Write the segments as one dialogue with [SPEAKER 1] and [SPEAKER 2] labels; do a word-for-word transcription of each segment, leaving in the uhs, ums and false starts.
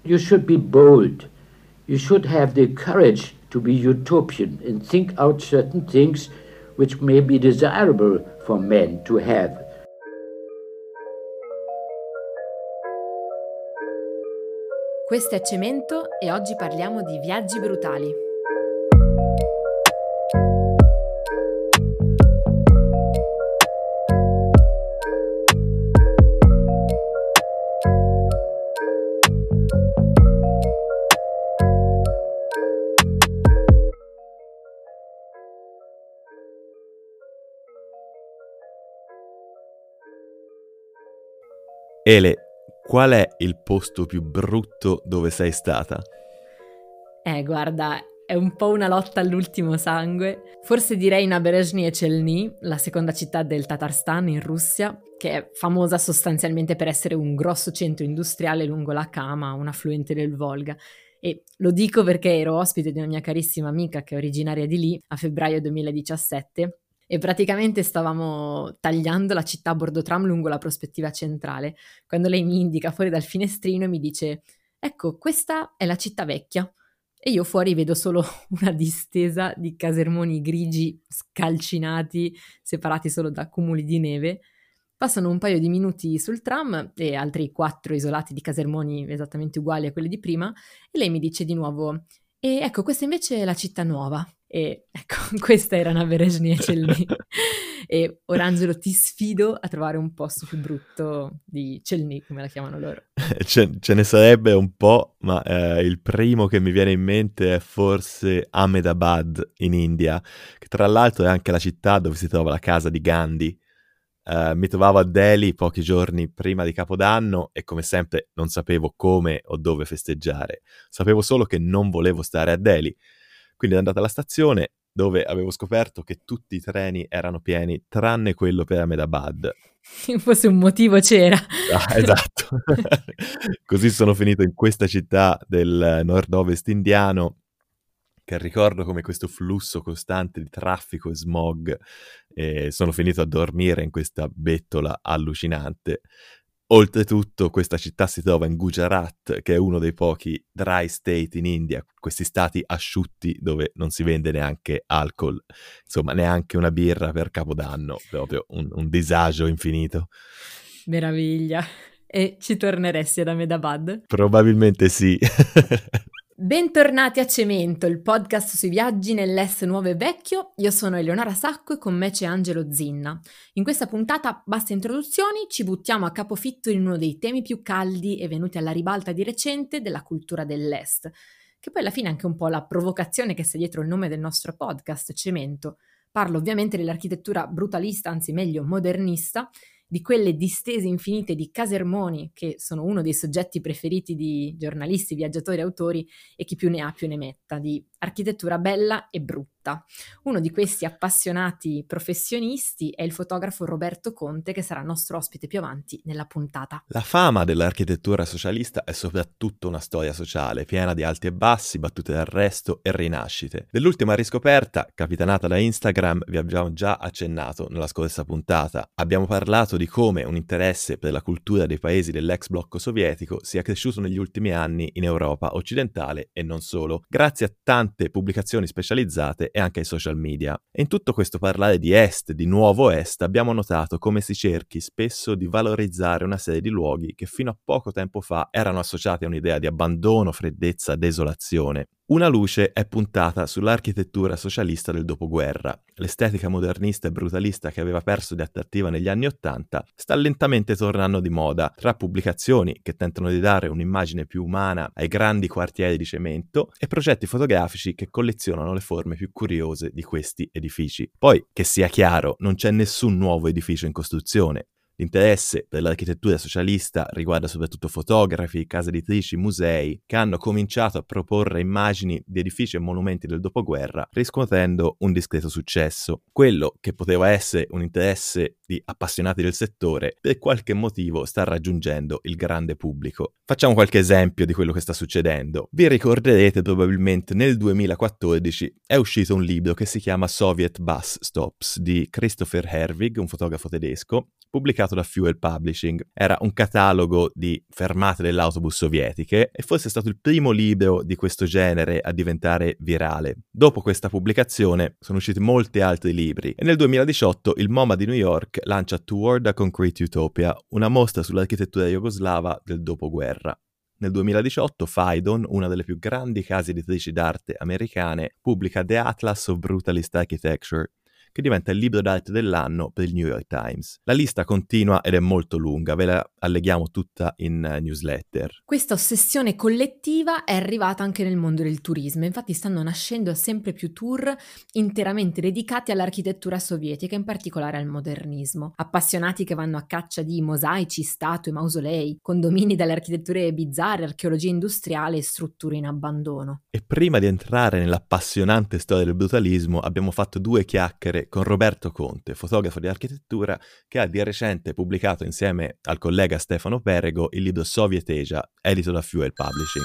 [SPEAKER 1] You should be bold. You should have the courage to be utopian and think out certain things which may be desirable for men to have.
[SPEAKER 2] Questo è Cemento e oggi parliamo di viaggi brutali.
[SPEAKER 3] Ele, qual è il posto più brutto dove sei stata?
[SPEAKER 2] Eh, guarda, è un po' una lotta all'ultimo sangue. Forse direi Naberezhny e Chelny, la seconda città del Tatarstan in Russia, che è famosa sostanzialmente per essere un grosso centro industriale lungo la Kama, un affluente del Volga. E lo dico perché ero ospite di una mia carissima amica che è originaria di lì a febbraio duemiladiciassette. E praticamente stavamo tagliando la città a bordo tram lungo la prospettiva centrale, quando lei mi indica fuori dal finestrino e mi dice «Ecco, questa è la città vecchia». E io fuori vedo solo una distesa di casermoni grigi scalcinati, separati solo da cumuli di neve. Passano un paio di minuti sul tram e altri quattro isolati di casermoni esattamente uguali a quelli di prima, e lei mi dice di nuovo «E ecco, questa invece è la città nuova». E ecco, questa era Naberezhny e Chelny. E Orangelo, ti sfido a trovare un posto più brutto di Chelny, come la chiamano loro.
[SPEAKER 3] Ce, ce ne sarebbe un po', ma eh, il primo che mi viene in mente è forse Ahmedabad in India, che tra l'altro è anche la città dove si trova la casa di Gandhi. Uh, mi trovavo a Delhi pochi giorni prima di Capodanno e come sempre non sapevo come o dove festeggiare. Sapevo solo che non volevo stare a Delhi. Quindi è andata alla stazione dove avevo scoperto che tutti i treni erano pieni, tranne quello per Ahmedabad.
[SPEAKER 2] Forse un motivo c'era.
[SPEAKER 3] Ah, esatto. Così sono finito in questa città del nord-ovest indiano, che ricordo come questo flusso costante di traffico e smog, e sono finito a dormire in questa bettola allucinante. Oltretutto questa città si trova in Gujarat, che è uno dei pochi dry state in India, questi stati asciutti dove non si vende neanche alcol, insomma neanche una birra per Capodanno, proprio un, un disagio infinito.
[SPEAKER 2] Meraviglia. E ci torneresti ad Ahmedabad?
[SPEAKER 3] Probabilmente sì.
[SPEAKER 2] Bentornati a Cemento, il podcast sui viaggi nell'est nuovo e vecchio. Io sono Eleonora Sacco e con me c'è Angelo Zinna. In questa puntata, basta introduzioni, ci buttiamo a capofitto in uno dei temi più caldi e venuti alla ribalta di recente della cultura dell'est, che poi alla fine è anche un po' la provocazione che sta dietro il nome del nostro podcast, Cemento. Parlo ovviamente dell'architettura brutalista, anzi meglio modernista, di quelle distese infinite di casermoni che sono uno dei soggetti preferiti di giornalisti, viaggiatori, autori e chi più ne ha più ne metta, di architettura bella e brutta. Uno di questi appassionati professionisti è il fotografo Roberto Conte, che sarà nostro ospite più avanti nella puntata.
[SPEAKER 3] La fama dell'architettura socialista è soprattutto una storia sociale, piena di alti e bassi, battute d'arresto e rinascite. Dell'ultima riscoperta, capitanata da Instagram, vi abbiamo già accennato nella scorsa puntata. Abbiamo parlato di come un interesse per la cultura dei paesi dell'ex blocco sovietico sia cresciuto negli ultimi anni in Europa occidentale e non solo, grazie a tante pubblicazioni specializzate e anche ai social media. E in tutto questo parlare di Est, di nuovo Est, abbiamo notato come si cerchi spesso di valorizzare una serie di luoghi che fino a poco tempo fa erano associati a un'idea di abbandono, freddezza, desolazione. Una luce è puntata sull'architettura socialista del dopoguerra. L'estetica modernista e brutalista che aveva perso di attrattiva negli anni Ottanta sta lentamente tornando di moda, tra pubblicazioni che tentano di dare un'immagine più umana ai grandi quartieri di cemento e progetti fotografici che collezionano le forme più curiose di questi edifici. Poi, che sia chiaro, non c'è nessun nuovo edificio in costruzione. L'interesse per l'architettura socialista riguarda soprattutto fotografi, case editrici, musei che hanno cominciato a proporre immagini di edifici e monumenti del dopoguerra, riscuotendo un discreto successo. Quello che poteva essere un interesse di appassionati del settore, per qualche motivo sta raggiungendo il grande pubblico. Facciamo qualche esempio di quello che sta succedendo. Vi ricorderete probabilmente nel duemilaquattordici è uscito un libro che si chiama Soviet Bus Stops di Christopher Herwig, un fotografo tedesco, pubblicato da Fuel Publishing. Era un catalogo di fermate dell'autobus sovietiche e forse è stato il primo libro di questo genere a diventare virale. Dopo questa pubblicazione sono usciti molti altri libri e nel duemiladiciotto il MoMA di New York lancia Toward a Concrete Utopia, una mostra sull'architettura jugoslava del dopoguerra. Nel duemiladiciotto Phaidon, una delle più grandi case editrici d'arte americane, pubblica The Atlas of Brutalist Architecture, che diventa il libro d'arte dell'anno per il New York Times. La lista continua ed è molto lunga, ve la alleghiamo tutta in uh, newsletter.
[SPEAKER 2] Questa ossessione collettiva è arrivata anche nel mondo del turismo, infatti stanno nascendo sempre più tour interamente dedicati all'architettura sovietica, in particolare al modernismo. Appassionati che vanno a caccia di mosaici, statue, mausolei, condomini dalle architetture bizzarre, archeologia industriale e strutture in abbandono.
[SPEAKER 3] E prima di entrare nell'appassionante storia del brutalismo abbiamo fatto due chiacchiere con Roberto Conte, fotografo di architettura, che ha di recente pubblicato insieme al collega Stefano Perego il libro Soviet Asia, edito da Fuel Publishing.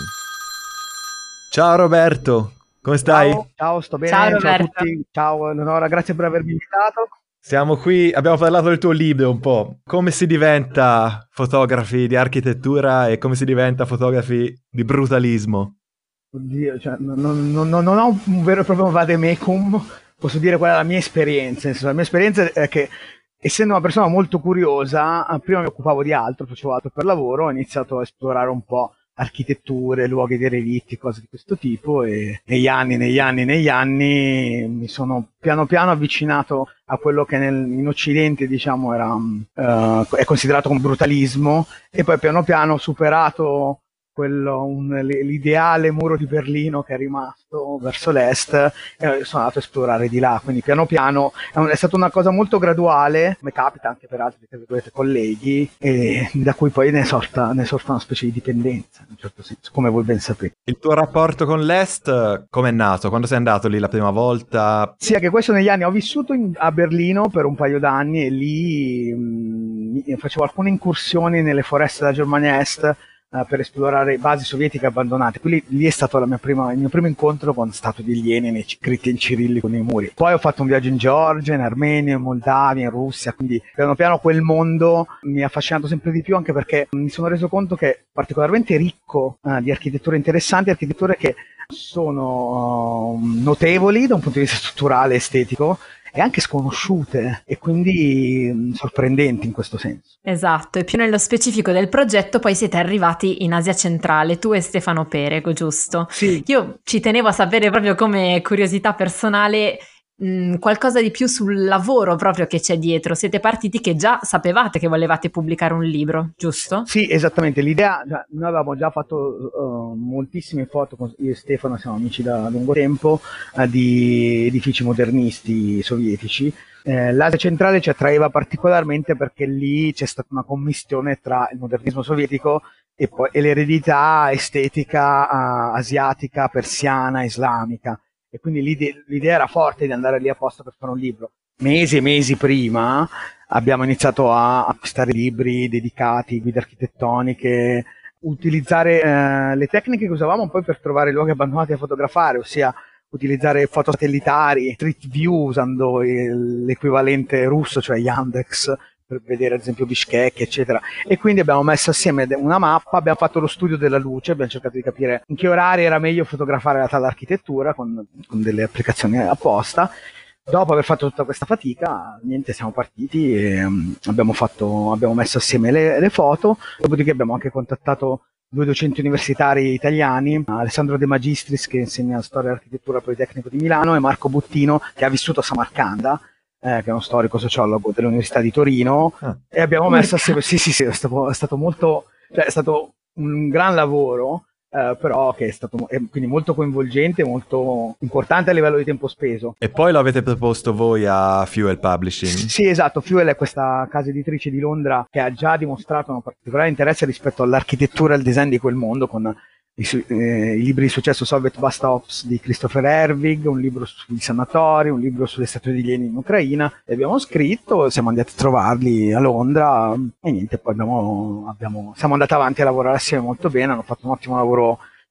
[SPEAKER 4] Ciao Roberto, come stai?
[SPEAKER 5] Ciao, ciao sto bene,
[SPEAKER 2] Ciao,
[SPEAKER 5] ciao a tutti, ciao Eleonora, grazie per avermi invitato.
[SPEAKER 4] Siamo qui, abbiamo parlato del tuo libro un po'. Come si diventa fotografi di architettura e come si diventa fotografi di brutalismo?
[SPEAKER 5] Oddio, cioè, non, non, non, non ho un vero e proprio vademecum, posso dire qual è la mia esperienza. Nel senso, la mia esperienza è che, essendo una persona molto curiosa, prima mi occupavo di altro, facevo altro per lavoro, ho iniziato a esplorare un po' architetture, luoghi dei relitti, cose di questo tipo, e negli anni, negli anni, negli anni mi sono piano piano avvicinato a quello che nel, in Occidente, diciamo, era, uh, è considerato come brutalismo, e poi piano piano ho superato quello, un, l'ideale muro di Berlino che è rimasto verso l'est, e sono andato a esplorare di là, quindi piano piano è, un, è stata una cosa molto graduale, come capita anche per altri colleghi, e da cui poi ne sorta, ne sorta una specie di dipendenza, in un certo senso, come voi ben sapete.
[SPEAKER 4] Il tuo rapporto con l'est com'è nato? Quando sei andato lì la prima volta?
[SPEAKER 5] Sì, anche questo negli anni ho vissuto in, a Berlino per un paio d'anni, e lì mh, facevo alcune incursioni nelle foreste della Germania Est, Uh, per esplorare basi sovietiche abbandonate. Quindi lì è stato la mia prima, il mio primo incontro con statue di Lenin scritte in cirillico nei muri. Poi ho fatto un viaggio in Georgia, in Armenia, in Moldavia, in Russia, quindi piano piano quel mondo mi ha affascinato sempre di più, anche perché mi sono reso conto che è particolarmente ricco uh, di architetture interessanti, architetture che sono uh, notevoli da un punto di vista strutturale e estetico, e anche sconosciute, e quindi mh, sorprendenti in questo senso.
[SPEAKER 2] Esatto, e più nello specifico del progetto poi siete arrivati in Asia centrale, tu e Stefano Perego, giusto?
[SPEAKER 5] Sì.
[SPEAKER 2] Io ci tenevo a sapere, proprio come curiosità personale, mh, qualcosa di più sul lavoro proprio che c'è dietro. Siete partiti che già sapevate che volevate pubblicare un libro, giusto?
[SPEAKER 5] Sì, esattamente, l'idea, cioè, noi avevamo già fatto uh, moltissime foto, con, io e Stefano siamo amici da lungo tempo, uh, di edifici modernisti sovietici. Eh, L'Asia centrale ci attraeva particolarmente perché lì c'è stata una commistione tra il modernismo sovietico e, poi, e l'eredità estetica uh, asiatica, persiana, islamica, e quindi l'idea, l'idea era forte di andare lì apposta per fare un libro. Mesi e mesi prima abbiamo iniziato a acquistare libri dedicati, guide architettoniche, utilizzare eh, le tecniche che usavamo poi per trovare luoghi abbandonati da fotografare, ossia utilizzare foto satellitari, Street View, usando il, l'equivalente russo, cioè Yandex, per vedere ad esempio Bishkek, eccetera. E quindi abbiamo messo assieme una mappa, abbiamo fatto lo studio della luce, abbiamo cercato di capire in che orari era meglio fotografare la tale architettura con, con delle applicazioni apposta. Dopo aver fatto tutta questa fatica, niente, siamo partiti e um, abbiamo, fatto, abbiamo messo assieme le, le foto, dopodiché abbiamo anche contattato due docenti universitari italiani, Alessandro De Magistris, che insegna storia e architettura al Politecnico di Milano, e Marco Buttino, che ha vissuto a Samarcanda, eh, che è uno storico sociologo dell'Università di Torino, ah. e abbiamo messo assieme, sì sì sì, è stato, è stato molto, cioè è stato un gran lavoro, Uh, però che è stato è quindi molto coinvolgente, molto importante a livello di tempo speso.
[SPEAKER 4] E poi lo avete proposto voi a Fuel Publishing?
[SPEAKER 5] S- sì, esatto, Fuel è questa casa editrice di Londra che ha già dimostrato un particolare interesse rispetto all'architettura e al design di quel mondo, con i, su- eh, i libri di successo Soviet Bus Stops di Christopher Herwig, un libro sui sanatori, un libro sulle statue di Lenin in Ucraina, e abbiamo scritto, siamo andati a trovarli a Londra e niente, poi abbiamo, abbiamo, siamo andati avanti a lavorare assieme molto bene, hanno fatto un ottimo lavoro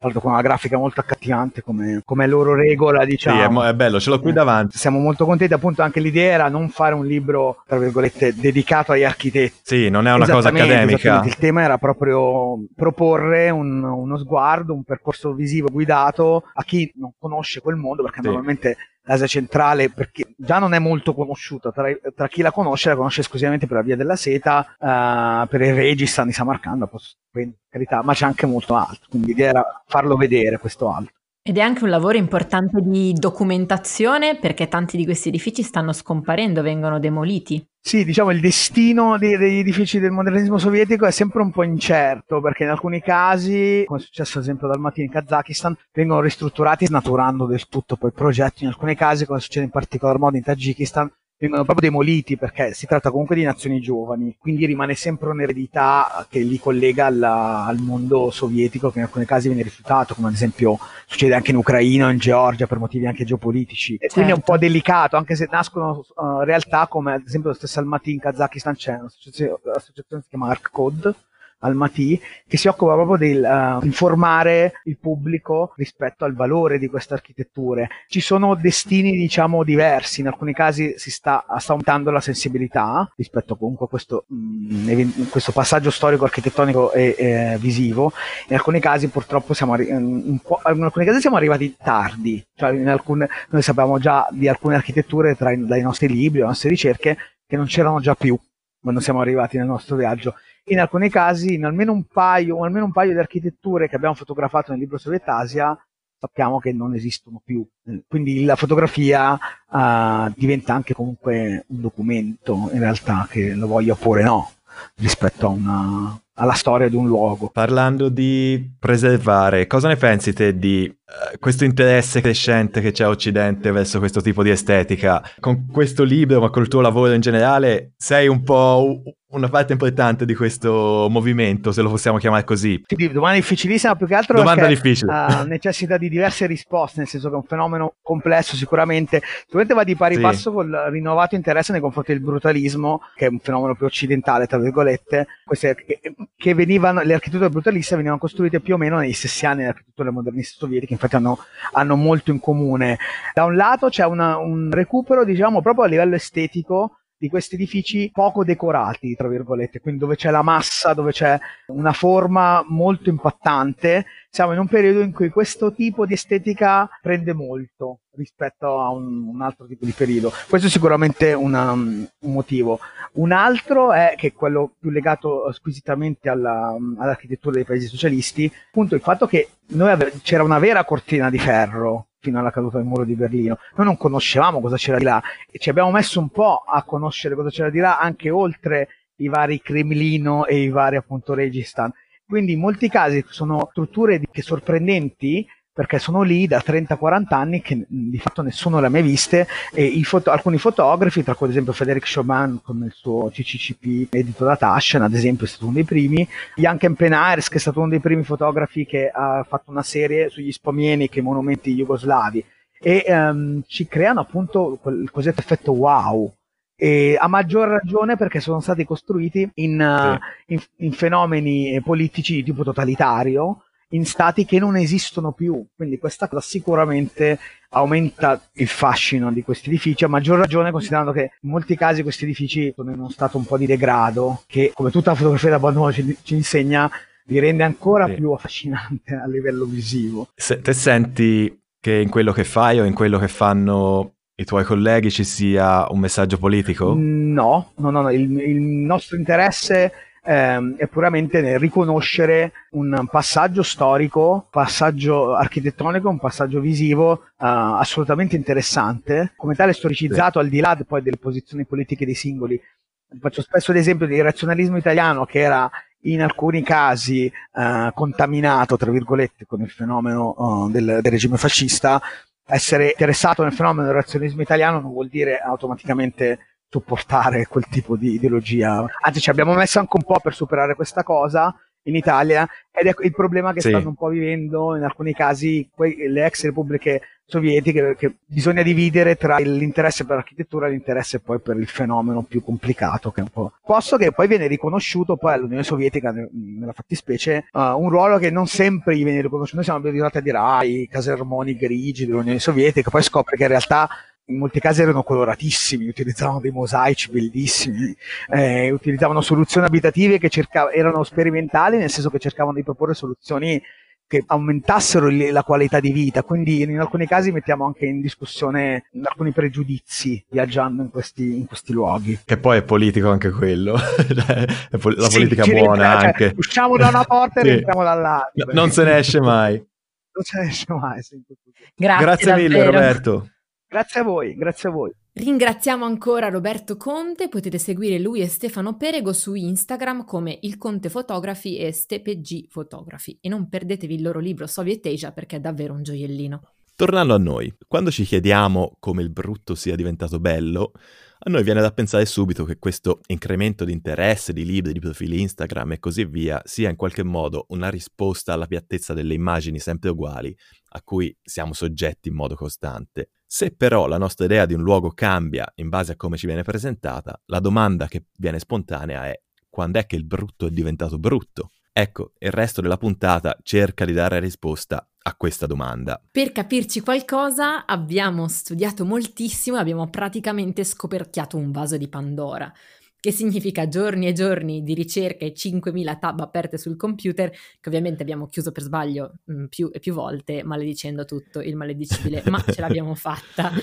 [SPEAKER 5] tra l'altro con una grafica molto accattivante come, come loro regola, diciamo.
[SPEAKER 4] Sì, è, mo- è bello, ce l'ho qui
[SPEAKER 5] Eh,
[SPEAKER 4] davanti.
[SPEAKER 5] Siamo molto contenti, appunto anche l'idea era non fare un libro, tra virgolette, dedicato agli architetti.
[SPEAKER 4] Sì, non è una cosa
[SPEAKER 5] Esattamente,
[SPEAKER 4] accademica.
[SPEAKER 5] esattamente. Il tema era proprio proporre un- uno sguardo, un percorso visivo guidato a chi non conosce quel mondo, perché
[SPEAKER 4] Sì.
[SPEAKER 5] normalmente l'Asia centrale, perché già non è molto conosciuta, tra, tra chi la conosce la conosce esclusivamente per la Via della Seta, eh, per il Registan di Samarcanda, posso- per carità, ma c'è anche molto altro, quindi l'idea era farlo vedere questo altro.
[SPEAKER 2] Ed è anche un lavoro importante di documentazione, perché tanti di questi edifici stanno scomparendo, vengono demoliti.
[SPEAKER 5] Sì, diciamo il destino dei- degli edifici del modernismo sovietico è sempre un po' incerto, perché in alcuni casi, come è successo ad esempio ad Almaty in Kazakistan, vengono ristrutturati snaturando del tutto poi i progetti. In alcuni casi, come succede in particolar modo in Tagikistan, vengono proprio demoliti, perché si tratta comunque di nazioni giovani, quindi rimane sempre un'eredità che li collega alla- al mondo sovietico, che in alcuni casi viene rifiutato, come ad esempio succede anche in Ucraina o in Georgia per motivi anche geopolitici. E quindi è un
[SPEAKER 2] Certo.
[SPEAKER 5] po' delicato, anche se nascono uh, realtà come ad esempio lo stesso Almaty in Kazakistan, c'è un'associazione che si chiama ArkCode Almaty, che si occupa proprio di uh, informare il pubblico rispetto al valore di queste architetture. Ci sono destini, diciamo, diversi, in alcuni casi si sta, sta aumentando la sensibilità rispetto comunque a questo, mh, questo passaggio storico, architettonico e eh, visivo. In alcuni casi purtroppo siamo, arri- un po', in alcuni casi siamo arrivati tardi, cioè in alcune, noi sappiamo già di alcune architetture tra i, dai nostri libri, dalle nostre ricerche, che non c'erano già più quando siamo arrivati nel nostro viaggio. In alcuni casi, in almeno un paio, o almeno un paio di architetture che abbiamo fotografato nel libro Sovietasia, sappiamo che non esistono più. Quindi la fotografia uh, diventa anche comunque un documento, in realtà, che lo voglia oppure no, rispetto a una, alla storia di un luogo.
[SPEAKER 4] Parlando di preservare, cosa ne pensi te di uh, questo interesse crescente che c'è a Occidente verso questo tipo di estetica? Con questo libro, ma col tuo lavoro in generale, sei un po' una parte importante di questo movimento, se lo possiamo chiamare così.
[SPEAKER 5] Sì, domanda difficilissima, più che altro
[SPEAKER 4] Domanda
[SPEAKER 5] perché
[SPEAKER 4] difficile.
[SPEAKER 5] uh, necessita di diverse risposte, nel senso che è un fenomeno complesso sicuramente, sicuramente va di pari
[SPEAKER 4] Sì.
[SPEAKER 5] passo col rinnovato interesse nei confronti del brutalismo, che è un fenomeno più occidentale, tra virgolette. Queste che, che venivano, le architetture brutaliste venivano costruite più o meno negli stessi anni delle architetture moderniste sovietiche, infatti hanno, hanno molto in comune. Da un lato c'è una, un recupero, diciamo, proprio a livello estetico di questi edifici poco decorati, tra virgolette, quindi dove c'è la massa, dove c'è una forma molto impattante. Siamo in un periodo in cui questo tipo di estetica prende molto rispetto a un, un altro tipo di periodo. Questo è sicuramente una, un motivo. Un altro è che quello più legato squisitamente alla, all'architettura dei paesi socialisti, appunto il fatto che noi ave- c'era una vera cortina di ferro fino alla caduta del muro di Berlino. Noi non conoscevamo cosa c'era di là e ci abbiamo messo un po' a conoscere cosa c'era di là, anche oltre i vari Cremlino e i vari appunto Registan. Quindi in molti casi sono strutture di, che sorprendenti, perché sono lì da trenta quaranta anni che di fatto nessuno le ha mai viste, e i foto, alcuni fotografi, tra cui ad esempio Frédéric Chopin con il suo C C C P edito da Taschen, ad esempio, è stato uno dei primi, Jan Kempenaers, che è stato uno dei primi fotografi che ha fatto una serie sugli spomienici, i monumenti jugoslavi, e um, ci creano appunto quel cosiddetto effetto wow. E a maggior ragione perché sono stati costruiti in, uh, in, in fenomeni politici di tipo totalitario, in stati che non esistono più, quindi questa cosa sicuramente aumenta il fascino di questi edifici, a maggior ragione considerando che in molti casi questi edifici sono in uno stato un po' di degrado, che come tutta la fotografia da abbandono ci, ci insegna, li rende ancora sì. più affascinante a livello visivo.
[SPEAKER 4] Se, te senti che in quello che fai o in quello che fanno i tuoi colleghi ci sia un messaggio politico?
[SPEAKER 5] No, no, no, no. Il, il nostro interesse ehm, è puramente nel riconoscere un passaggio storico, passaggio architettonico, un passaggio visivo uh, assolutamente interessante, come tale storicizzato, sì. Al di là de, poi delle posizioni politiche dei singoli. Faccio spesso l'esempio del razionalismo italiano, che era in alcuni casi uh, contaminato, tra virgolette, con il fenomeno uh, del, del regime fascista. Essere interessato nel fenomeno del razionalismo italiano non vuol dire automaticamente supportare quel tipo di ideologia, anzi ci abbiamo messo anche un po' per superare questa cosa, in Italia, ed è il problema che
[SPEAKER 4] Sì.
[SPEAKER 5] stanno un po' vivendo in alcuni casi que- le ex repubbliche sovietiche, perché bisogna dividere tra l'interesse per l'architettura e l'interesse poi per il fenomeno più complicato, che è un po', posto che poi viene riconosciuto poi all'Unione Sovietica, nella fattispecie, uh, un ruolo che non sempre gli viene riconosciuto. Noi siamo abituati a dire ah, i casermoni grigi dell'Unione Sovietica, poi scopre che in realtà in molti casi erano coloratissimi, utilizzavano dei mosaici bellissimi, eh, utilizzavano soluzioni abitative che cercavano, erano sperimentali, nel senso che cercavano di proporre soluzioni che aumentassero la qualità di vita, quindi in alcuni casi mettiamo anche in discussione alcuni pregiudizi viaggiando in questi, in questi luoghi.
[SPEAKER 4] Che poi è politico anche quello, la
[SPEAKER 5] sì,
[SPEAKER 4] politica buona
[SPEAKER 5] rientra,
[SPEAKER 4] anche.
[SPEAKER 5] Cioè, usciamo da una porta e
[SPEAKER 4] sì.
[SPEAKER 5] rientriamo dall'altra.
[SPEAKER 4] No, non se ne esce mai.
[SPEAKER 5] Non se ne esce mai. Sì.
[SPEAKER 2] Grazie,
[SPEAKER 4] Grazie mille
[SPEAKER 2] davvero.
[SPEAKER 4] Roberto.
[SPEAKER 5] Grazie a voi, grazie a voi.
[SPEAKER 2] Ringraziamo ancora Roberto Conte, potete seguire lui e Stefano Perego su Instagram come il Conte Fotografi e StePG Fotografi e non perdetevi il loro libro Soviet Asia perché è davvero un gioiellino.
[SPEAKER 3] Tornando a noi, quando ci chiediamo come il brutto sia diventato bello, a noi viene da pensare subito che questo incremento di interesse, di libri, di profili Instagram e così via sia in qualche modo una risposta alla piattezza delle immagini sempre uguali a cui siamo soggetti in modo costante. Se però la nostra idea di un luogo cambia in base a come ci viene presentata, la domanda che viene spontanea è: quando è che il brutto è diventato brutto? Ecco, il resto della puntata cerca di dare risposta a questa domanda.
[SPEAKER 2] Per capirci qualcosa abbiamo studiato moltissimo e abbiamo praticamente scoperchiato un vaso di Pandora, che significa giorni e giorni di ricerca e cinquemila tab aperte sul computer, che ovviamente abbiamo chiuso per sbaglio mh, più e più volte, maledicendo tutto il maledicibile, ma ce l'abbiamo fatta.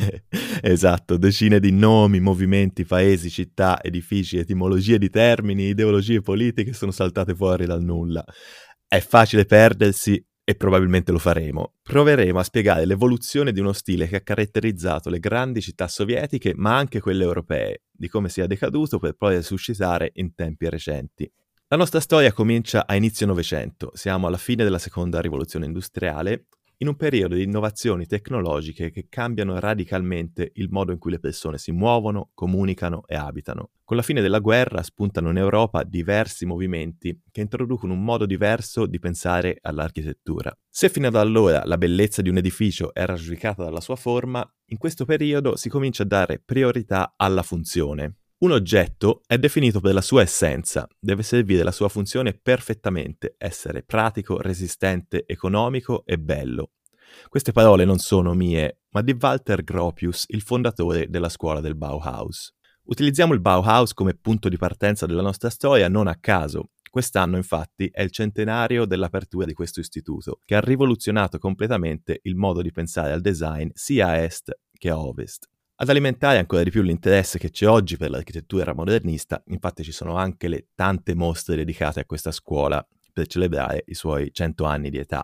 [SPEAKER 3] Esatto, decine di nomi, movimenti, paesi, città, edifici, etimologie di termini, ideologie politiche sono saltate fuori dal nulla. È facile perdersi e probabilmente lo faremo. Proveremo a spiegare l'evoluzione di uno stile che ha caratterizzato le grandi città sovietiche, ma anche quelle europee, di come sia decaduto per poi resuscitare in tempi recenti. La nostra storia comincia a inizio Novecento, siamo alla fine della seconda rivoluzione industriale, in un periodo di innovazioni tecnologiche che cambiano radicalmente il modo in cui le persone si muovono, comunicano e abitano. Con la fine della guerra spuntano in Europa diversi movimenti che introducono un modo diverso di pensare all'architettura. Se fino ad allora la bellezza di un edificio era giudicata dalla sua forma, in questo periodo si comincia a dare priorità alla funzione. Un oggetto è definito per la sua essenza, deve servire la sua funzione perfettamente, essere pratico, resistente, economico e bello. Queste parole non sono mie, ma di Walter Gropius, il fondatore della scuola del Bauhaus. Utilizziamo il Bauhaus come punto di partenza della nostra storia non a caso. Quest'anno, infatti, è il centenario dell'apertura di questo istituto, che ha rivoluzionato completamente il modo di pensare al design sia a est che a ovest. Ad alimentare ancora di più l'interesse che c'è oggi per l'architettura modernista, infatti ci sono anche le tante mostre dedicate a questa scuola per celebrare i suoi cento anni di età.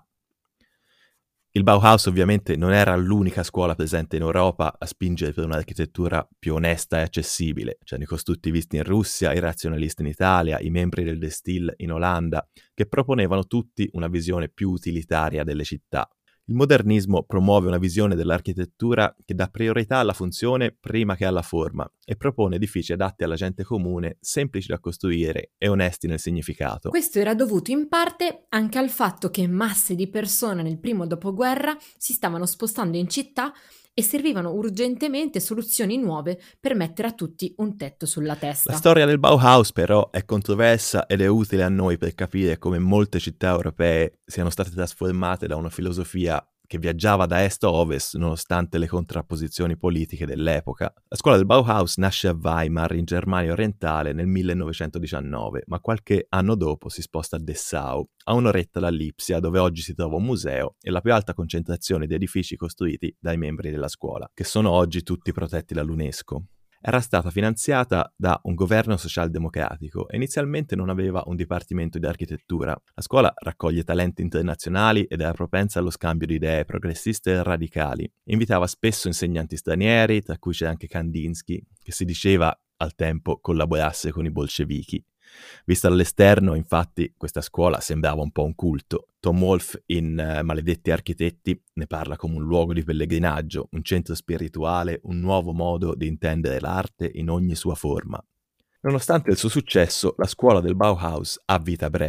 [SPEAKER 3] Il Bauhaus ovviamente non era l'unica scuola presente in Europa a spingere per un'architettura più onesta e accessibile. C'erano i costruttivisti in Russia, i razionalisti in Italia, i membri del De Stijl in Olanda, che proponevano tutti una visione più utilitaria delle città. Il modernismo promuove una visione dell'architettura che dà priorità alla funzione prima che alla forma e propone edifici adatti alla gente comune, semplici da costruire e onesti nel significato.
[SPEAKER 2] Questo era dovuto in parte anche al fatto che masse di persone nel primo dopoguerra si stavano spostando in città e servivano urgentemente soluzioni nuove per mettere a tutti un tetto sulla testa.
[SPEAKER 3] La storia del Bauhaus però è controversa ed è utile a noi per capire come molte città europee siano state trasformate da una filosofia che viaggiava da est a ovest nonostante le contrapposizioni politiche dell'epoca. La scuola del Bauhaus nasce a Weimar, in Germania orientale, nel millenovecentodiciannove, ma qualche anno dopo si sposta a Dessau, a un'oretta da Lipsia, dove oggi si trova un museo e la più alta concentrazione di edifici costruiti dai membri della scuola, che sono oggi tutti protetti dall'UNESCO. Era stata finanziata da un governo socialdemocratico e inizialmente non aveva un dipartimento di architettura. La scuola raccoglie talenti internazionali ed era propensa allo scambio di idee progressiste e radicali. Invitava spesso insegnanti stranieri, tra cui c'era anche Kandinsky, che si diceva al tempo collaborasse con i bolscevichi. Vista dall'esterno, infatti, questa scuola sembrava un po' un culto. Tom Wolfe in uh, Maledetti Architetti ne parla come un luogo di pellegrinaggio, un centro spirituale, un nuovo modo di intendere l'arte in ogni sua forma. Nonostante il suo successo, la scuola del Bauhaus ha vita breve.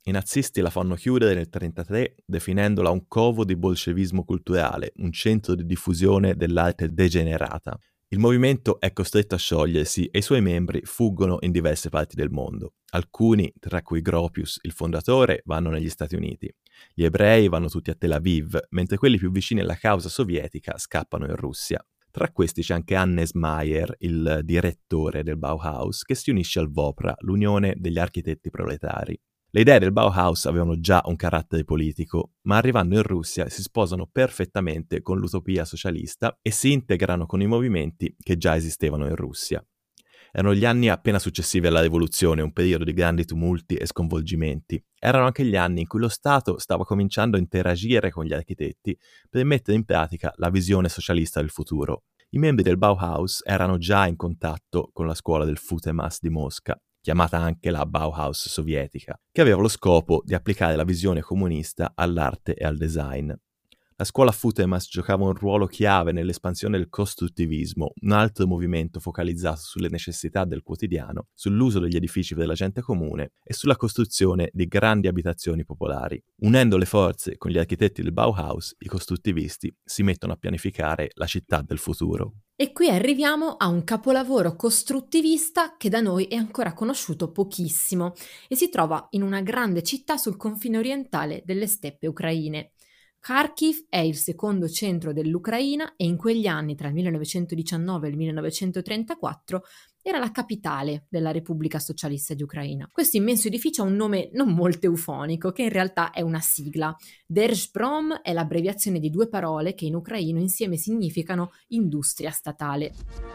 [SPEAKER 3] I nazisti la fanno chiudere nel millenovecentotrentatré definendola un covo di bolscevismo culturale, un centro di diffusione dell'arte degenerata. Il movimento è costretto a sciogliersi e i suoi membri fuggono in diverse parti del mondo. Alcuni, tra cui Gropius, il fondatore, vanno negli Stati Uniti. Gli ebrei vanno tutti a Tel Aviv, mentre quelli più vicini alla causa sovietica scappano in Russia. Tra questi c'è anche Hannes Meyer, il direttore del Bauhaus, che si unisce al Vopra, l'Unione degli Architetti Proletari. Le idee del Bauhaus avevano già un carattere politico, ma arrivando in Russia si sposano perfettamente con l'utopia socialista e si integrano con i movimenti che già esistevano in Russia. Erano gli anni appena successivi alla rivoluzione, un periodo di grandi tumulti e sconvolgimenti. Erano anche gli anni in cui lo Stato stava cominciando a interagire con gli architetti per mettere in pratica la visione socialista del futuro. I membri del Bauhaus erano già in contatto con la scuola del Futemas di Mosca, chiamata anche la Bauhaus sovietica, che aveva lo scopo di applicare la visione comunista all'arte e al design. La scuola Futemas giocava un ruolo chiave nell'espansione del costruttivismo, un altro movimento focalizzato sulle necessità del quotidiano, sull'uso degli edifici per la gente comune e sulla costruzione di grandi abitazioni popolari. Unendo le forze con gli architetti del Bauhaus, i costruttivisti si mettono a pianificare la città del futuro.
[SPEAKER 2] E qui arriviamo a un capolavoro costruttivista che da noi è ancora conosciuto pochissimo e si trova in una grande città sul confine orientale delle steppe ucraine. Kharkiv è il secondo centro dell'Ucraina e in quegli anni, tra il millenovecentodiciannove e il millenovecentotrentaquattro, era la capitale della Repubblica Socialista di Ucraina. Questo immenso edificio ha un nome non molto eufonico, che in realtà è una sigla. Держпром è l'abbreviazione di due parole che in ucraino insieme significano industria statale.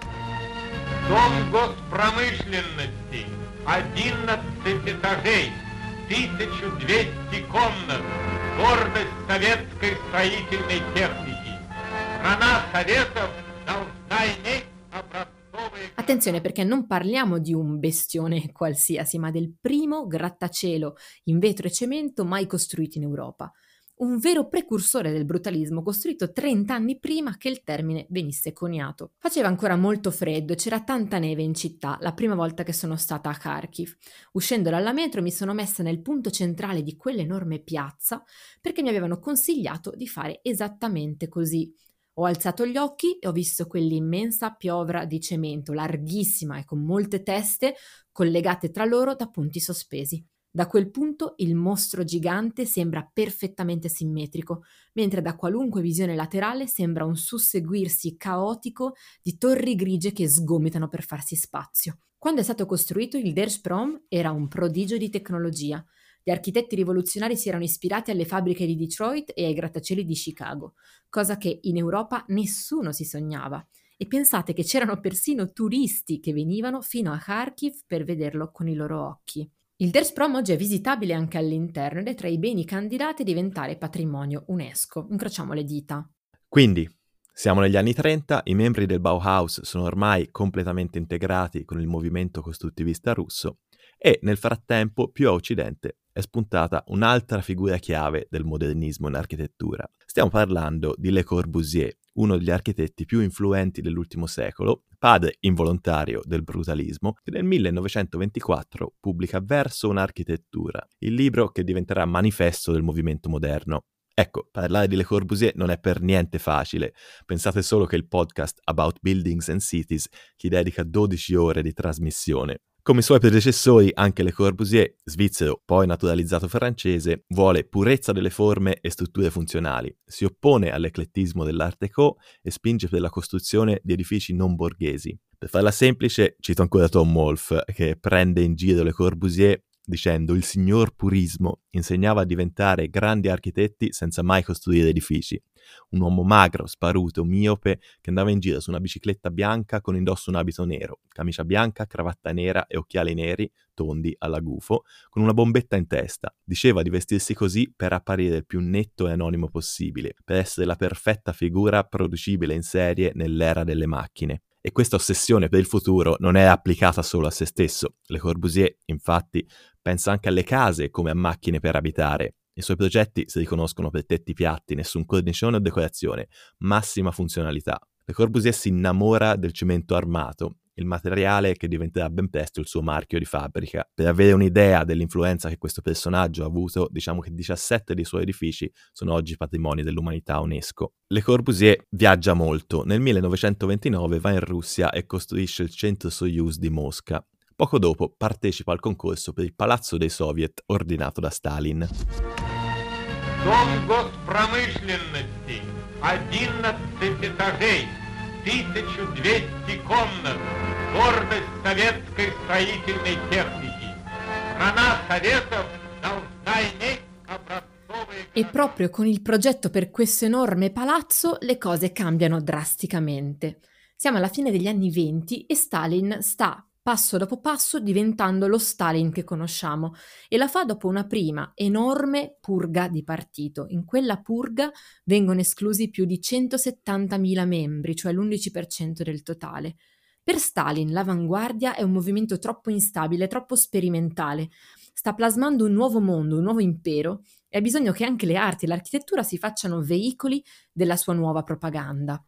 [SPEAKER 6] Дом госпромышленности, одиннадцать этажей, тысяча двести комнат, гордость советской строительной техники. Страна Советов должна иметь образцовые...
[SPEAKER 2] Attenzione, perché non parliamo di un bestione qualsiasi, ma del primo grattacielo in vetro e cemento mai costruito in Europa. Un vero precursore del brutalismo, costruito trenta anni prima che il termine venisse coniato. Faceva ancora molto freddo e c'era tanta neve in città la prima volta che sono stata a Kharkiv. Uscendo dalla metro mi sono messa nel punto centrale di quell'enorme piazza perché mi avevano consigliato di fare esattamente così. Ho alzato gli occhi e ho visto quell'immensa piovra di cemento, larghissima e con molte teste collegate tra loro da punti sospesi. Da quel punto il mostro gigante sembra perfettamente simmetrico, mentre da qualunque visione laterale sembra un susseguirsi caotico di torri grigie che sgomitano per farsi spazio. Quando è stato costruito, il Держпром era un prodigio di tecnologia. Gli architetti rivoluzionari si erano ispirati alle fabbriche di Detroit e ai grattacieli di Chicago, cosa che in Europa nessuno si sognava. E pensate che c'erano persino turisti che venivano fino a Kharkiv per vederlo con i loro occhi. Il Держпром oggi è visitabile anche all'interno ed è tra i beni candidati a diventare patrimonio UNESCO. Incrociamo le dita.
[SPEAKER 3] Quindi, siamo negli anni trenta, i membri del Bauhaus sono ormai completamente integrati con il movimento costruttivista russo e nel frattempo, più a occidente, è spuntata un'altra figura chiave del modernismo in architettura. Stiamo parlando di Le Corbusier, uno degli architetti più influenti dell'ultimo secolo, padre involontario del brutalismo, che nel millenovecentoventiquattro pubblica Verso un'architettura, il libro che diventerà manifesto del movimento moderno. Ecco, parlare di Le Corbusier non è per niente facile. Pensate solo che il podcast About Buildings and Cities gli dedica dodici ore di trasmissione. Come i suoi predecessori, anche Le Corbusier, svizzero poi naturalizzato francese, vuole purezza delle forme e strutture funzionali, si oppone all'eclettismo dell'Art déco e spinge per la costruzione di edifici non borghesi. Per farla semplice, cito ancora Tom Wolfe, che prende in giro Le Corbusier dicendo il signor purismo insegnava a diventare grandi architetti senza mai costruire edifici. Un uomo magro, sparuto, miope, che andava in giro su una bicicletta bianca con indosso un abito nero, camicia bianca, cravatta nera e occhiali neri, tondi alla gufo, con una bombetta in testa. Diceva di vestirsi così per apparire il più netto e anonimo possibile, per essere la perfetta figura producibile in serie nell'era delle macchine. E questa ossessione per il futuro non è applicata solo a se stesso. Le Corbusier, infatti, pensa anche alle case come a macchine per abitare. I suoi progetti si riconoscono per tetti piatti, nessun cornicione o decorazione, massima funzionalità. Le Corbusier si innamora del cemento armato il materiale che diventerà ben presto il suo marchio di fabbrica. Per avere un'idea dell'influenza che questo personaggio ha avuto, diciamo che diciassette dei suoi edifici sono oggi patrimonio dell'umanità UNESCO. Le Corbusier viaggia molto. Nel millenovecentoventinove va in Russia e costruisce il centro Soyuz di Mosca. Poco dopo partecipa al concorso per il Palazzo dei Soviet ordinato da Stalin.
[SPEAKER 6] Дом госпромышленности, одиннадцать этажей, тысяча двести комнат, гордость советской строительной техники. Страна Советов должна иметь образцовые...
[SPEAKER 2] E proprio con il progetto per questo enorme palazzo le cose cambiano drasticamente. Siamo alla fine degli anni venti e Stalin sta passo dopo passo diventando lo Stalin che conosciamo e la fa dopo una prima enorme purga di partito. In quella purga vengono esclusi più di centosettantamila membri, cioè l'undici per cento del totale. Per Stalin l'avanguardia è un movimento troppo instabile, troppo sperimentale. Sta plasmando un nuovo mondo, un nuovo impero e ha bisogno che anche le arti e l'architettura si facciano veicoli della sua nuova propaganda.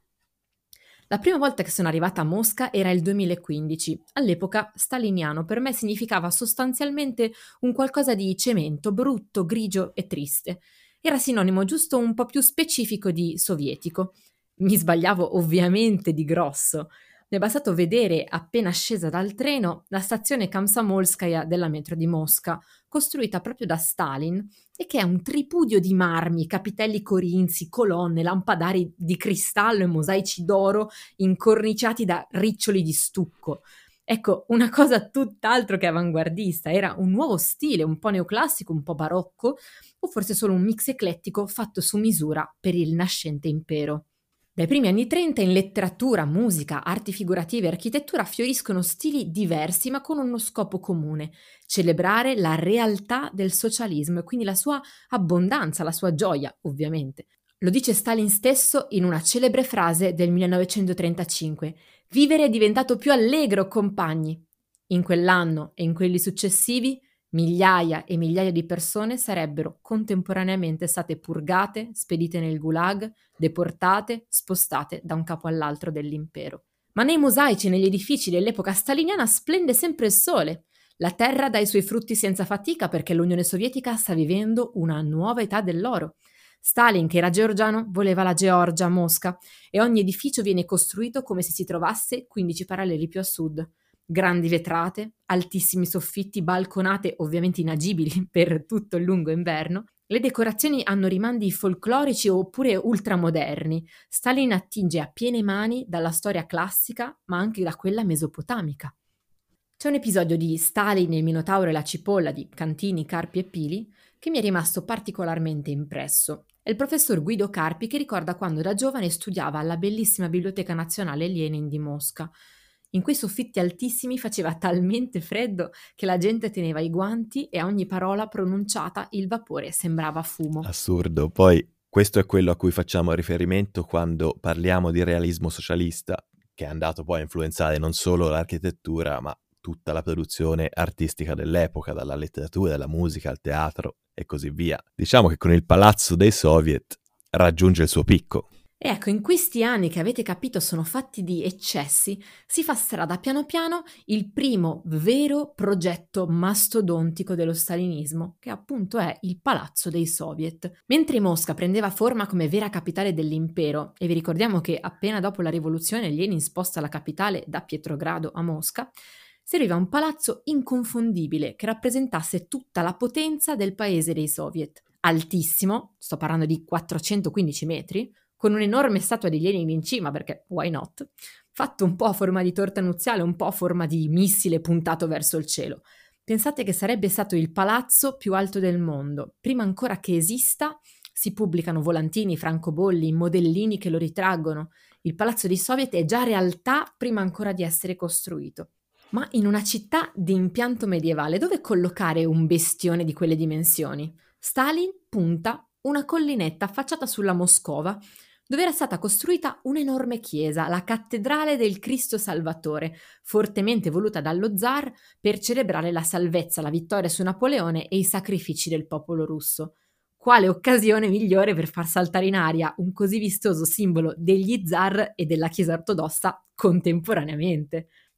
[SPEAKER 2] La prima volta che sono arrivata a Mosca era il duemilaquindici. All'epoca staliniano per me significava sostanzialmente un qualcosa di cemento, brutto, grigio e triste. Era sinonimo giusto un po' più specifico di sovietico. Mi sbagliavo ovviamente di grosso. Mi è bastato vedere, appena scesa dal treno, la stazione Komsomolskaya della metro di Mosca, costruita proprio da Stalin, e che è un tripudio di marmi, capitelli corinzi, colonne, lampadari di cristallo e mosaici d'oro incorniciati da riccioli di stucco. Ecco, una cosa tutt'altro che avanguardista, era un nuovo stile, un po' neoclassico, un po' barocco, o forse solo un mix eclettico fatto su misura per il nascente impero. Dai primi anni trenta in letteratura, musica, arti figurative e architettura fioriscono stili diversi ma con uno scopo comune: celebrare la realtà del socialismo e quindi la sua abbondanza, la sua gioia, ovviamente. Lo dice Stalin stesso in una celebre frase del millenovecentotrentacinque: «Vivere è diventato più allegro, compagni». In quell'anno e in quelli successivi migliaia e migliaia di persone sarebbero contemporaneamente state purgate, spedite nel gulag, deportate, spostate da un capo all'altro dell'impero. Ma nei mosaici e negli edifici dell'epoca staliniana splende sempre il sole. La terra dà i suoi frutti senza fatica perché l'Unione Sovietica sta vivendo una nuova età dell'oro. Stalin, che era georgiano, voleva la Georgia a Mosca e ogni edificio viene costruito come se si trovasse quindici paralleli più a sud. Grandi vetrate, altissimi soffitti, balconate ovviamente inagibili per tutto il lungo inverno. Le decorazioni hanno rimandi folclorici oppure ultramoderni. Stalin attinge a piene mani dalla storia classica, ma anche da quella mesopotamica. C'è un episodio di Stalin, il Minotauro e la cipolla di Cantini, Carpi e Pili che mi è rimasto particolarmente impresso. È il professor Guido Carpi che ricorda quando da giovane studiava alla bellissima Biblioteca Nazionale Lenin di Mosca. In quei soffitti altissimi faceva talmente freddo che la gente teneva i guanti e a ogni parola pronunciata il vapore sembrava fumo.
[SPEAKER 3] Assurdo. Poi questo è quello a cui facciamo riferimento quando parliamo di realismo socialista, che è andato poi a influenzare non solo l'architettura, ma tutta la produzione artistica dell'epoca, dalla letteratura, alla musica, al teatro e così via. Diciamo che con il Palazzo dei Soviet raggiunge il suo picco.
[SPEAKER 2] E ecco, in questi anni che avete capito sono fatti di eccessi, si fa strada piano piano il primo vero progetto mastodontico dello stalinismo, che appunto è il Palazzo dei Soviet. Mentre Mosca prendeva forma come vera capitale dell'impero, e vi ricordiamo che appena dopo la rivoluzione Lenin sposta la capitale da Pietrogrado a Mosca, serviva un palazzo inconfondibile che rappresentasse tutta la potenza del paese dei Soviet. Altissimo, sto parlando di quattrocentoquindici metri, con un'enorme statua di Lenin in cima, perché why not? Fatto un po' a forma di torta nuziale, un po' a forma di missile puntato verso il cielo. Pensate che sarebbe stato il palazzo più alto del mondo. Prima ancora che esista, si pubblicano volantini, francobolli, modellini che lo ritraggono. Il Palazzo dei Soviet è già realtà prima ancora di essere costruito. Ma in una città di impianto medievale, dove collocare un bestione di quelle dimensioni? Stalin punta una collinetta affacciata sulla Moscova, dove era stata costruita un'enorme chiesa, la Cattedrale del Cristo Salvatore, fortemente voluta dallo zar per celebrare la salvezza, la vittoria su Napoleone e i sacrifici del popolo russo. Quale occasione migliore per far saltare in aria un così vistoso simbolo degli zar e della Chiesa ortodossa contemporaneamente?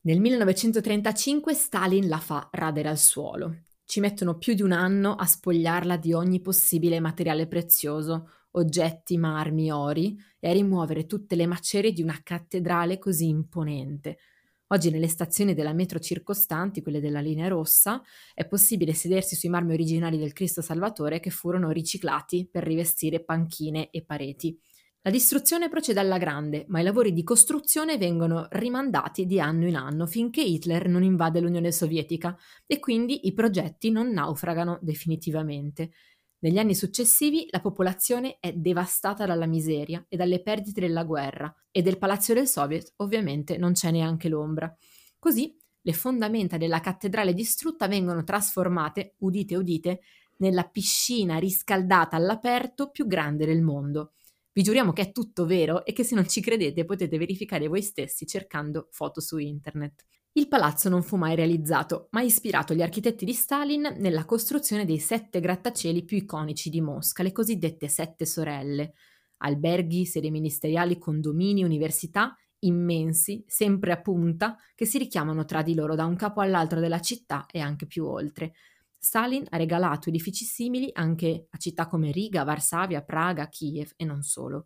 [SPEAKER 2] Nel millenovecentotrentacinque Stalin la fa radere al suolo. Ci mettono più di un anno a spogliarla di ogni possibile materiale prezioso, oggetti, marmi, ori, e a rimuovere tutte le macerie di una cattedrale così imponente. Oggi nelle stazioni della metro circostanti, quelle della linea rossa, è possibile sedersi sui marmi originali del Cristo Salvatore che furono riciclati per rivestire panchine e pareti. La distruzione procede alla grande, ma i lavori di costruzione vengono rimandati di anno in anno finché Hitler non invade l'Unione Sovietica e quindi i progetti non naufragano definitivamente. Negli anni successivi la popolazione è devastata dalla miseria e dalle perdite della guerra e del Palazzo del Soviet ovviamente non c'è neanche l'ombra. Così le fondamenta della cattedrale distrutta vengono trasformate, udite udite, nella piscina riscaldata all'aperto più grande del mondo. Vi giuriamo che è tutto vero e che se non ci credete potete verificare voi stessi cercando foto su internet. Il palazzo non fu mai realizzato, ma ha ispirato gli architetti di Stalin nella costruzione dei sette grattacieli più iconici di Mosca, le cosiddette Sette Sorelle. Alberghi, sedi ministeriali, condomini, università immensi, sempre a punta, che si richiamano tra di loro da un capo all'altro della città e anche più oltre. Stalin ha regalato edifici simili anche a città come Riga, Varsavia, Praga, Kiev e non solo.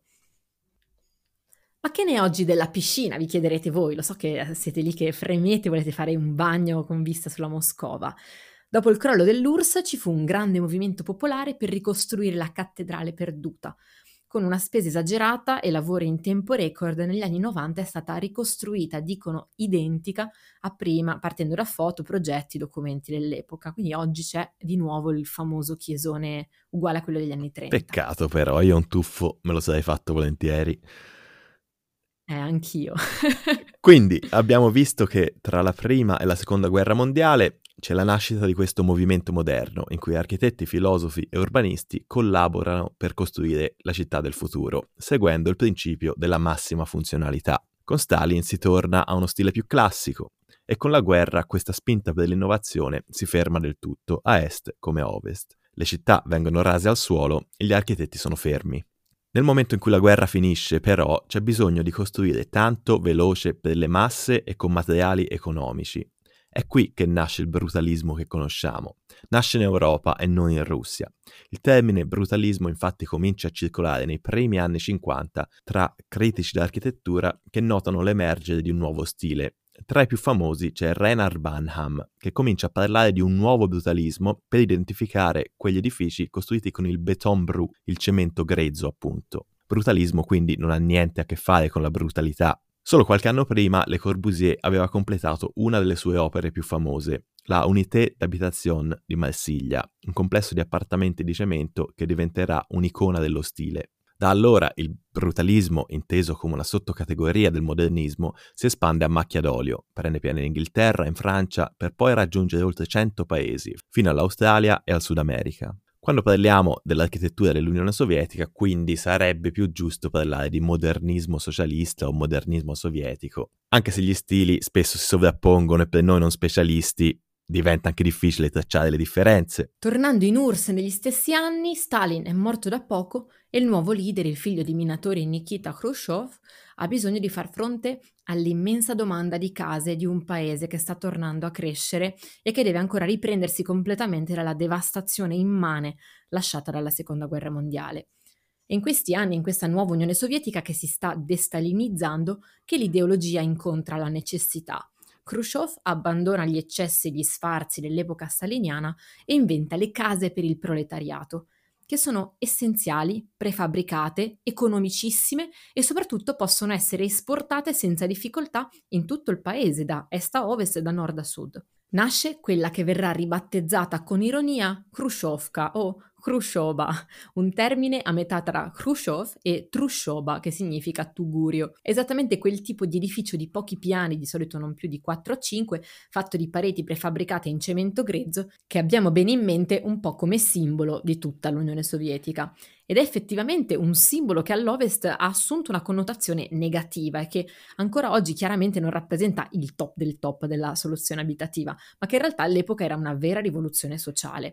[SPEAKER 2] Ma che ne è oggi della piscina, vi chiederete voi? Lo so che siete lì che fremete, volete fare un bagno con vista sulla Moscova. Dopo il crollo dell'U R S S ci fu un grande movimento popolare per ricostruire la cattedrale perduta. Con una spesa esagerata e lavori in tempo record, negli anni novanta è stata ricostruita, dicono identica a prima, partendo da foto, progetti, documenti dell'epoca. Quindi oggi c'è di nuovo il famoso chiesone uguale a quello degli anni trenta.
[SPEAKER 3] Peccato però, io un tuffo me lo sarei fatto volentieri.
[SPEAKER 2] Eh, anch'io.
[SPEAKER 3] Quindi abbiamo visto che tra la prima e la seconda guerra mondiale c'è la nascita di questo movimento moderno in cui architetti, filosofi e urbanisti collaborano per costruire la città del futuro, seguendo il principio della massima funzionalità. Con Stalin si torna a uno stile più classico e con la guerra questa spinta per l'innovazione si ferma del tutto, a est come a ovest. Le città vengono rase al suolo e gli architetti sono fermi. Nel momento in cui la guerra finisce, però, c'è bisogno di costruire tanto veloce per le masse e con materiali economici. È qui che nasce il brutalismo che conosciamo. Nasce in Europa e non in Russia. Il termine brutalismo infatti comincia a circolare nei primi anni cinquanta tra critici d'architettura che notano l'emergere di un nuovo stile. Tra i più famosi c'è Reinhard Bannham, che comincia a parlare di un nuovo brutalismo per identificare quegli edifici costruiti con il béton brut, il cemento grezzo appunto. Brutalismo quindi non ha niente a che fare con la brutalità. Solo qualche anno prima Le Corbusier aveva completato una delle sue opere più famose, la Unité d'Habitation di Marsiglia, un complesso di appartamenti di cemento che diventerà un'icona dello stile. Da allora il brutalismo, inteso come una sottocategoria del modernismo, si espande a macchia d'olio, prende piede in Inghilterra e in Francia per poi raggiungere oltre cento paesi, fino all'Australia e al Sud America. Quando parliamo dell'architettura dell'Unione Sovietica, quindi sarebbe più giusto parlare di modernismo socialista o modernismo sovietico, anche se gli stili spesso si sovrappongono e per noi non specialisti diventa anche difficile tracciare le differenze.
[SPEAKER 2] Tornando in U R S S negli stessi anni, Stalin è morto da poco e il nuovo leader, il figlio di minatori Nikita Khrushchev, ha bisogno di far fronte all'immensa domanda di case di un paese che sta tornando a crescere e che deve ancora riprendersi completamente dalla devastazione immane lasciata dalla Seconda Guerra Mondiale. È in questi anni, in questa nuova Unione Sovietica che si sta destalinizzando, che l'ideologia incontra la necessità. Khrushchev abbandona gli eccessi e gli sfarzi dell'epoca staliniana e inventa le case per il proletariato, che sono essenziali, prefabbricate, economicissime e soprattutto possono essere esportate senza difficoltà in tutto il paese, da est a ovest e da nord a sud. Nasce quella che verrà ribattezzata con ironia Khrushchevka o Khrushchova, un termine a metà tra Khrushchev e Trushoba, che significa tugurio. Esattamente quel tipo di edificio di pochi piani, di solito non più di quattro a cinque, fatto di pareti prefabbricate in cemento grezzo, che abbiamo bene in mente un po' come simbolo di tutta l'Unione Sovietica. Ed è effettivamente un simbolo che all'Ovest ha assunto una connotazione negativa e che ancora oggi chiaramente non rappresenta il top del top della soluzione abitativa, ma che in realtà all'epoca era una vera rivoluzione sociale.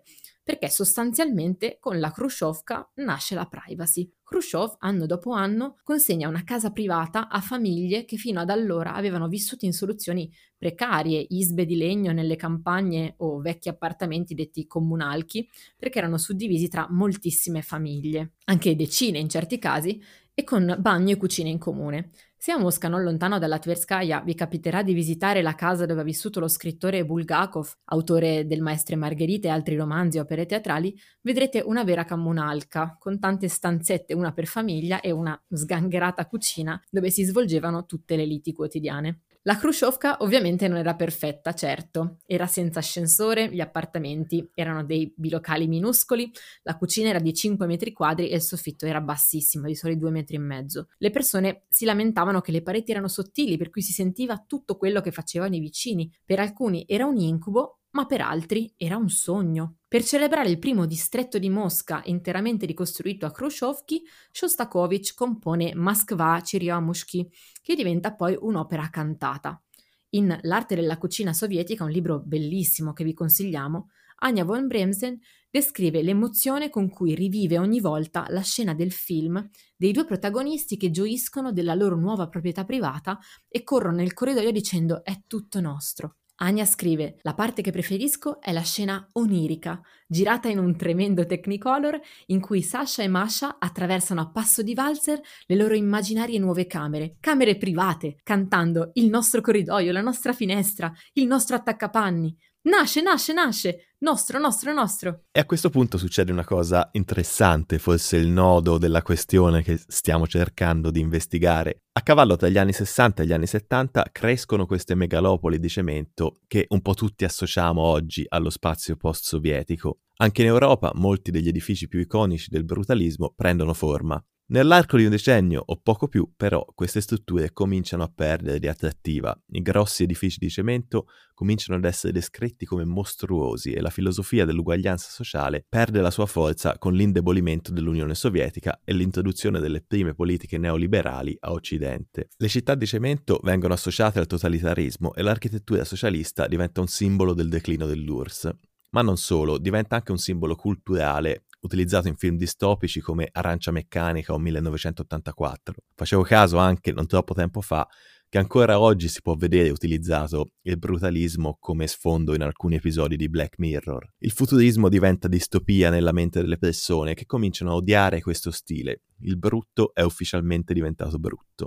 [SPEAKER 2] perché sostanzialmente con la Hrušovka nasce la privacy. Khrushchev, anno dopo anno, consegna una casa privata a famiglie che fino ad allora avevano vissuto in soluzioni precarie, isbe di legno nelle campagne o vecchi appartamenti detti comunalchi, perché erano suddivisi tra moltissime famiglie, anche decine in certi casi, e con bagno e cucine in comune. Se a Mosca, non lontano dalla Tverskaya, vi capiterà di visitare la casa dove ha vissuto lo scrittore Bulgakov, autore del Maestre e Margherite e altri romanzi e opere teatrali, vedrete una vera comunalca, con tante stanzette, una per famiglia, e una sgangherata cucina dove si svolgevano tutte le liti quotidiane. La Hrušovka ovviamente non era perfetta, certo, era senza ascensore, gli appartamenti erano dei bilocali minuscoli, la cucina era di cinque metri quadri e il soffitto era bassissimo, di soli due metri e mezzo. Le persone si lamentavano che le pareti erano sottili, per cui si sentiva tutto quello che facevano i vicini. Per alcuni era un incubo, ma per altri era un sogno. Per celebrare il primo distretto di Mosca interamente ricostruito a Hrušovky, Shostakovich compone Moskva Chiryamushki, che diventa poi un'opera cantata. In L'arte della cucina sovietica, un libro bellissimo che vi consigliamo, Anya von Bremsen descrive l'emozione con cui rivive ogni volta la scena del film dei due protagonisti che gioiscono della loro nuova proprietà privata e corrono nel corridoio dicendo «è tutto nostro». Anya scrive: «La parte che preferisco è la scena onirica, girata in un tremendo Technicolor in cui Sasha e Masha attraversano a passo di valzer le loro immaginarie nuove camere, camere private, cantando il nostro corridoio, la nostra finestra, il nostro attaccapanni. Nasce, nasce, nasce! Nostro, nostro, nostro!»
[SPEAKER 3] E a questo punto succede una cosa interessante, forse il nodo della questione che stiamo cercando di investigare. A cavallo tra gli anni sessanta e gli anni settanta crescono queste megalopoli di cemento che un po' tutti associamo oggi allo spazio post-sovietico. Anche in Europa molti degli edifici più iconici del brutalismo prendono forma. Nell'arco di un decennio o poco più, però, queste strutture cominciano a perdere di attrattiva. I grossi edifici di cemento cominciano ad essere descritti come mostruosi e la filosofia dell'uguaglianza sociale perde la sua forza con l'indebolimento dell'Unione Sovietica e l'introduzione delle prime politiche neoliberali a Occidente. Le città di cemento vengono associate al totalitarismo e l'architettura socialista diventa un simbolo del declino dell'U R S S. Ma non solo, diventa anche un simbolo culturale utilizzato in film distopici come Arancia Meccanica o millenovecentottantaquattro. Facevo caso anche, non troppo tempo fa, che ancora oggi si può vedere utilizzato il brutalismo come sfondo in alcuni episodi di Black Mirror. Il futurismo diventa distopia nella mente delle persone che cominciano a odiare questo stile. Il brutto è ufficialmente diventato brutto.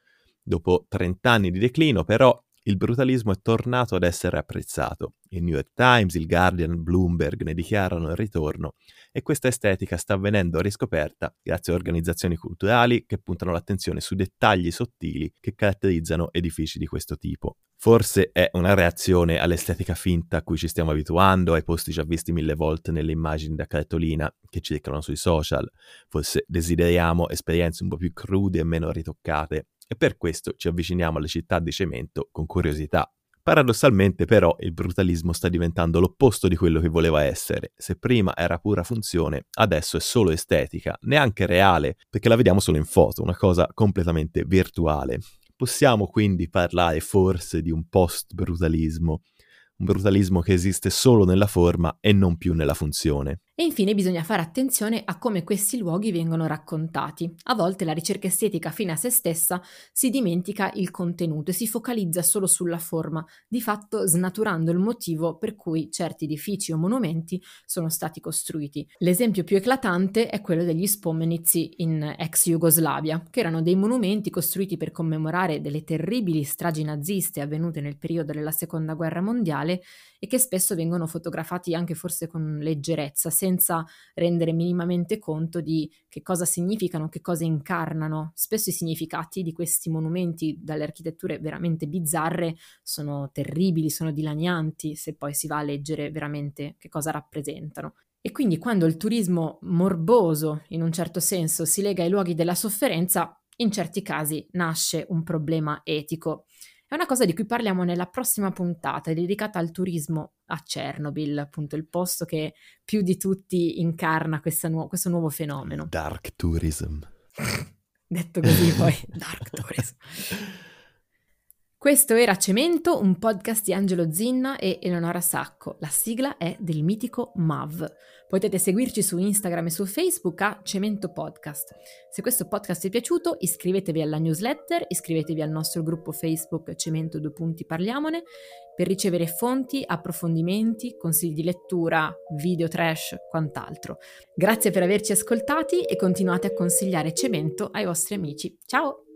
[SPEAKER 3] Dopo trent'anni di declino, però, il brutalismo è tornato ad essere apprezzato. Il New York Times, il Guardian, Bloomberg ne dichiarano il ritorno e questa estetica sta venendo riscoperta grazie a organizzazioni culturali che puntano l'attenzione su dettagli sottili che caratterizzano edifici di questo tipo. Forse è una reazione all'estetica finta a cui ci stiamo abituando, ai posti già visti mille volte nelle immagini da cartolina che circolano sui social. Forse desideriamo esperienze un po' più crude e meno ritoccate. E per questo ci avviciniamo alle città di cemento con curiosità. Paradossalmente però il brutalismo sta diventando l'opposto di quello che voleva essere. Se prima era pura funzione, adesso è solo estetica, neanche reale, perché la vediamo solo in foto, una cosa completamente virtuale. Possiamo quindi parlare forse di un post-brutalismo, un brutalismo che esiste solo nella forma e non più nella funzione.
[SPEAKER 2] E infine bisogna fare attenzione a come questi luoghi vengono raccontati. A volte la ricerca estetica fine a se stessa si dimentica il contenuto e si focalizza solo sulla forma, di fatto snaturando il motivo per cui certi edifici o monumenti sono stati costruiti. L'esempio più eclatante è quello degli spomenici in ex Jugoslavia, che erano dei monumenti costruiti per commemorare delle terribili stragi naziste avvenute nel periodo della Seconda Guerra Mondiale e che spesso vengono fotografati anche forse con leggerezza, senza rendere minimamente conto di che cosa significano, che cosa incarnano. Spesso i significati di questi monumenti, dalle architetture veramente bizzarre, sono terribili, sono dilanianti, se poi si va a leggere veramente che cosa rappresentano. E quindi quando il turismo morboso, in un certo senso, si lega ai luoghi della sofferenza, in certi casi nasce un problema etico. È una cosa di cui parliamo nella prossima puntata, dedicata al turismo a Chernobyl, appunto il posto che più di tutti incarna questa nu- questo nuovo fenomeno.
[SPEAKER 3] Dark tourism.
[SPEAKER 2] Detto così poi, dark tourism. Questo era Cemento, un podcast di Angelo Zinna e Eleonora Sacco. La sigla è del mitico M A V. Potete seguirci su Instagram e su Facebook a Cemento Podcast. Se questo podcast vi è piaciuto, iscrivetevi alla newsletter, iscrivetevi al nostro gruppo Facebook Cemento due punti Parliamone per ricevere fonti, approfondimenti, consigli di lettura, video trash, quant'altro. Grazie per averci ascoltati e continuate a consigliare Cemento ai vostri amici. Ciao!